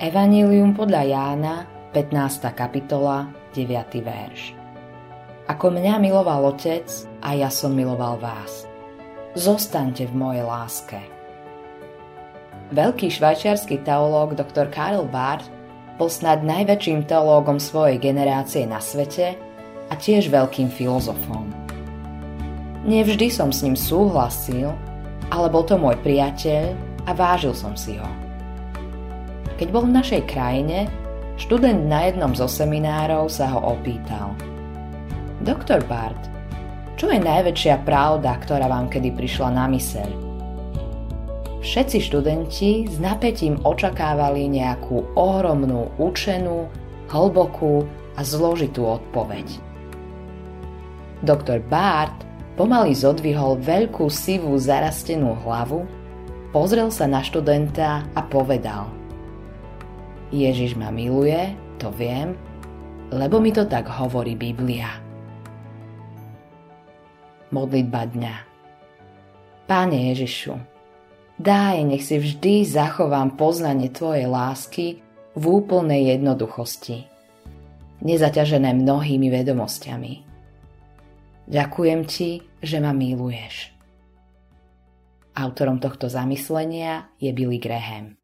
Evanjelium podľa Jána, 15. kapitola, 9. verš. Ako mňa miloval Otec, a ja som miloval vás. Zostaňte v mojej láske. Veľký švajčiarsky teológ dr. Karl Barth bol snad najväčším teológom svojej generácie na svete a tiež veľkým filozofom. Nevždy som s ním súhlasil, ale bol to môj priateľ a vážil som si ho. Keď bol v našej krajine, študent na jednom zo seminárov sa ho opýtal: Doktor Barth, čo je najväčšia pravda, ktorá vám kedy prišla na myseľ? Všetci študenti s napätím očakávali nejakú ohromnú, učenú, hlbokú a zložitú odpoveď. Doktor Barth pomaly zodvihol veľkú sivú zarastenú hlavu, pozrel sa na študenta a povedal: Ježiš ma miluje, to viem, lebo mi to tak hovorí Biblia. Modlitba dňa. Páne Ježišu, daj, nech si vždy zachovám poznanie Tvojej lásky v úplnej jednoduchosti, nezaťažené mnohými vedomosťami. Ďakujem Ti, že ma miluješ. Autorom tohto zamyslenia je Billy Graham.